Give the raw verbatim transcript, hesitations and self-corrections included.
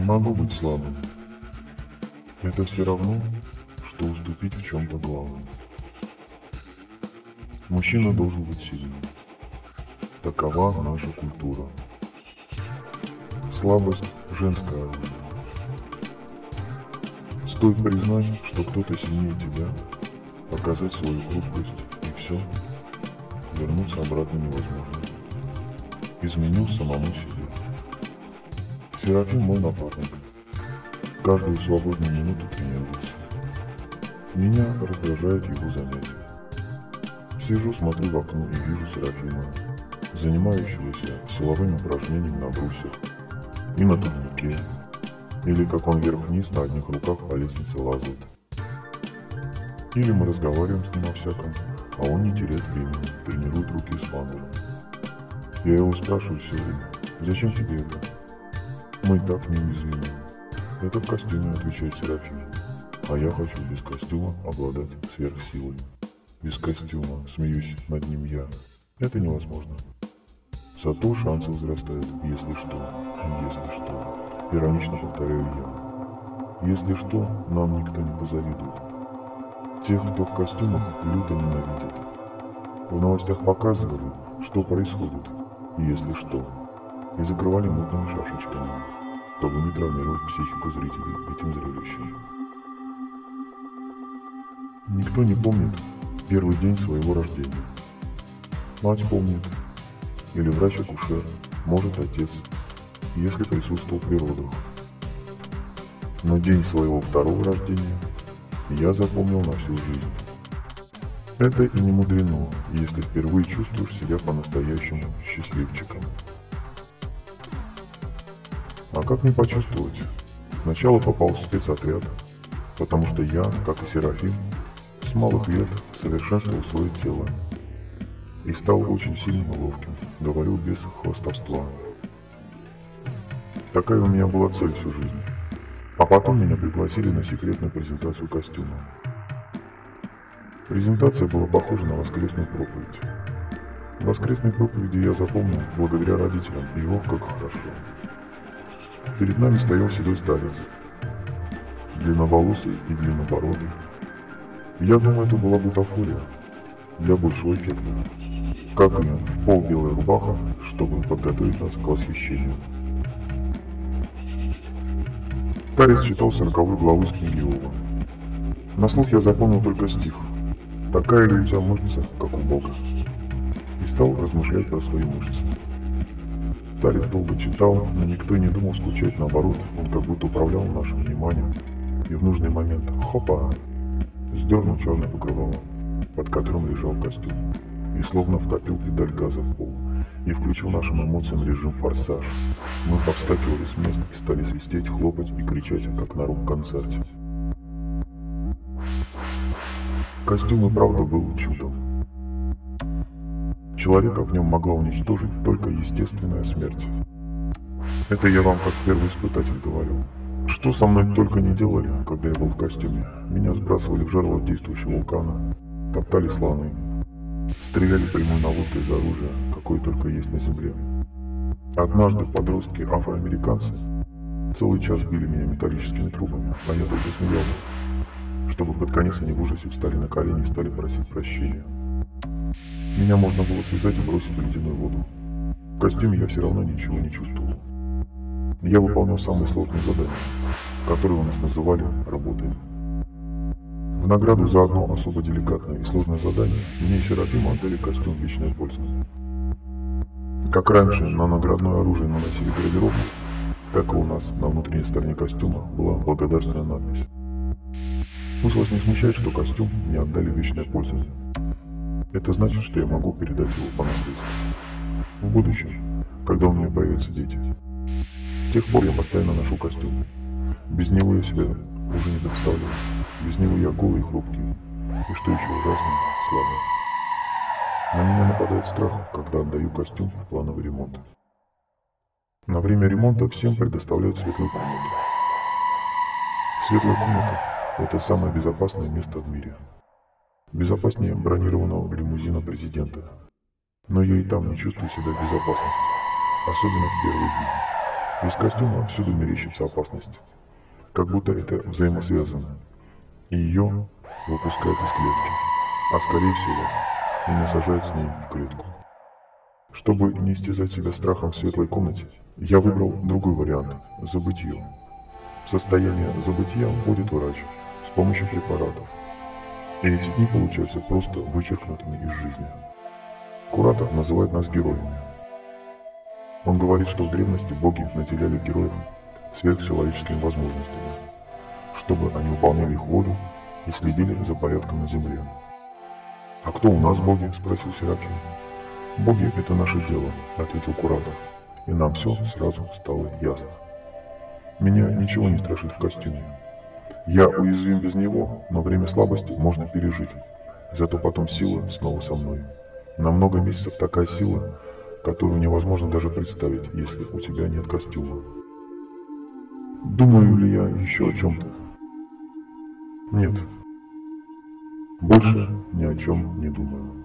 Не могу быть слабым. Это все равно, что уступить в чем-то главном. Мужчина должен быть сильным. Такова наша культура. Слабость – женское оружие. Стоит признать, что кто-то сильнее тебя, показать свою хрупкость, и все, вернуться обратно невозможно. Изменю самому себе. Серафим мой напарник. Каждую свободную минуту тренируется. Меня раздражают его занятия. Сижу, смотрю в окно и вижу Серафима, занимающегося силовыми упражнениями на брусьях и на турнике, или как он вверх-вниз на одних руках по лестнице лазает. Или мы разговариваем с ним о всяком, а он не теряет времени, тренирует руки с бандером. Я его спрашиваю все время: зачем тебе это? Мы и так неуязвимы. Это в костюме, отвечает Серафим. А я хочу без костюма обладать сверхсилой. Без костюма, смеюсь над ним я. Это невозможно. Зато шансы возрастают, если что, если что. Иронично повторяю я. Если что, нам никто не позавидует. Тех, кто в костюмах, люто ненавидят. В новостях показывали, что происходит, если что, и закрывали мутными шашечками, чтобы не травмировать психику зрителей этим зрелищем. Никто не помнит первый день своего рождения. Мать помнит, или врач-акушер, может отец, если присутствовал при родах. Но день своего второго рождения я запомнил на всю жизнь. Это и не мудрено, если впервые чувствуешь себя по-настоящему счастливчиком. А как не почувствовать? Сначала попал в спецотряд, потому что я, как и Серафим, с малых лет совершенствовал свое тело и стал очень сильным и ловким, говорю без хвастовства. Такая у меня была цель всю жизнь. А потом меня пригласили на секретную презентацию костюма. Презентация была похожа на воскресную проповедь. Воскресные проповеди я запомнил благодаря родителям, и ох, как хорошо. Перед нами стоял седой старец, длинноволосый и длиннобородый. Я думаю, это была бутафория для большего эффекта, как и в пол белая рубаха, чтобы подготовить нас к восхищению. Старец читал сороковую главу из книги Иова. На слух я запомнил только стих: «Такая ли у тебя мышца, как у Бога?» И стал размышлять про свои мышцы. Старец долго читал, но никто не думал скучать, наоборот, он как будто управлял нашим вниманием. И в нужный момент — хопа! Сдернул черное покрывало, под которым лежал костюм, и словно втопил педаль газа в пол, и включил нашим эмоциям режим «Форсаж». Мы повскакивали с мест и стали свистеть, хлопать и кричать, как на рок-концерте. Костюм и правда был чудом. Человека в нем могла уничтожить только естественная смерть. Это я вам как первый испытатель говорю. Что со мной только не делали, когда я был в костюме. Меня сбрасывали в жерло действующего вулкана, топтали слоны, стреляли прямой наводкой из оружия, какое только есть на земле. Однажды подростки-афроамериканцы целый час били меня металлическими трубами, а я только смеялся, чтобы под конец они в ужасе встали на колени и стали просить прощения. Меня можно было связать и бросить в ледяную воду. В костюме я все равно ничего не чувствовал. Я выполнял самые сложные задания, которые у нас называли «работой». В награду за одно особо деликатное и сложное задание мне и Серафиму отдали костюм «Вечная польза». Как раньше на наградное оружие наносили гравировку, так и у нас на внутренней стороне костюма была благодарственная надпись. Пусть вас не смущает, что костюм мне отдали в вечное пользование. Это значит, что я могу передать его по наследству. В будущем, когда у меня появятся дети. С тех пор я постоянно ношу костюм. Без него я себя уже не представляю. Без него я голый и хрупкий. И что еще ужаснее, слабый. На меня нападает страх, когда отдаю костюм в плановый ремонт. На время ремонта всем предоставляют светлую комнату. Светлая комната – это самое безопасное место в мире. Безопаснее бронированного лимузина президента. Но я и там не чувствую себя в безопасности, особенно в первые дни. Без костюма всюду мерещится опасность. Как будто это взаимосвязано. И ее выпускают из клетки. А скорее всего, меня сажают с ней в клетку. Чтобы не истязать себя страхом в светлой комнате, я выбрал другой вариант – забытье. В состояние забытия вводит врач с помощью препаратов. И эти дни получаются просто вычеркнутыми из жизни. Куратор называет нас героями. Он говорит, что в древности боги наделяли героев сверхчеловеческими возможностями, чтобы они выполняли их волю и следили за порядком на земле. «А кто у нас боги?» – спросил Серафим. «Боги – это наше дело», – ответил куратор, и нам все сразу стало ясно. Меня ничего не страшит в костюме. Я уязвим без него, но время слабости можно пережить, зато потом сила снова со мной. На много месяцев такая сила, которую невозможно даже представить, если у тебя нет костюма. Думаю ли я еще о чем-то? Нет. Больше ни о чем не думаю.